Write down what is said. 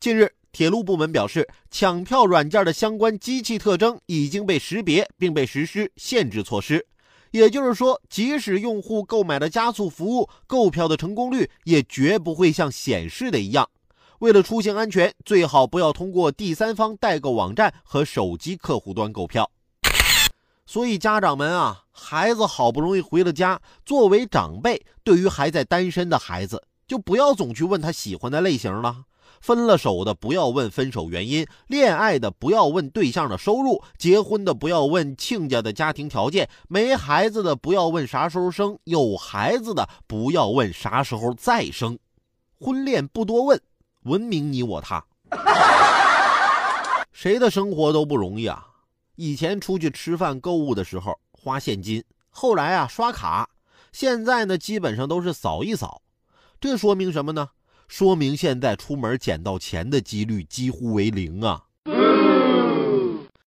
近日，铁路部门表示，抢票软件的相关机器特征已经被识别，并被实施限制措施。也就是说，即使用户购买了加速服务，购票的成功率也绝不会像显示的一样。为了出行安全，最好不要通过第三方代购网站和手机客户端购票。所以家长们啊，孩子好不容易回了家，作为长辈，对于还在单身的孩子，就不要总去问他喜欢的类型了。分了手的不要问分手原因，恋爱的不要问对象的收入，结婚的不要问亲家的家庭条件，没孩子的不要问啥时候生，有孩子的不要问啥时候再生。婚恋不多问，文明你我他。谁的生活都不容易啊！以前出去吃饭购物的时候花现金，后来啊刷卡，现在呢基本上都是扫一扫。这说明什么呢？说明现在出门捡到钱的几率几乎为零啊！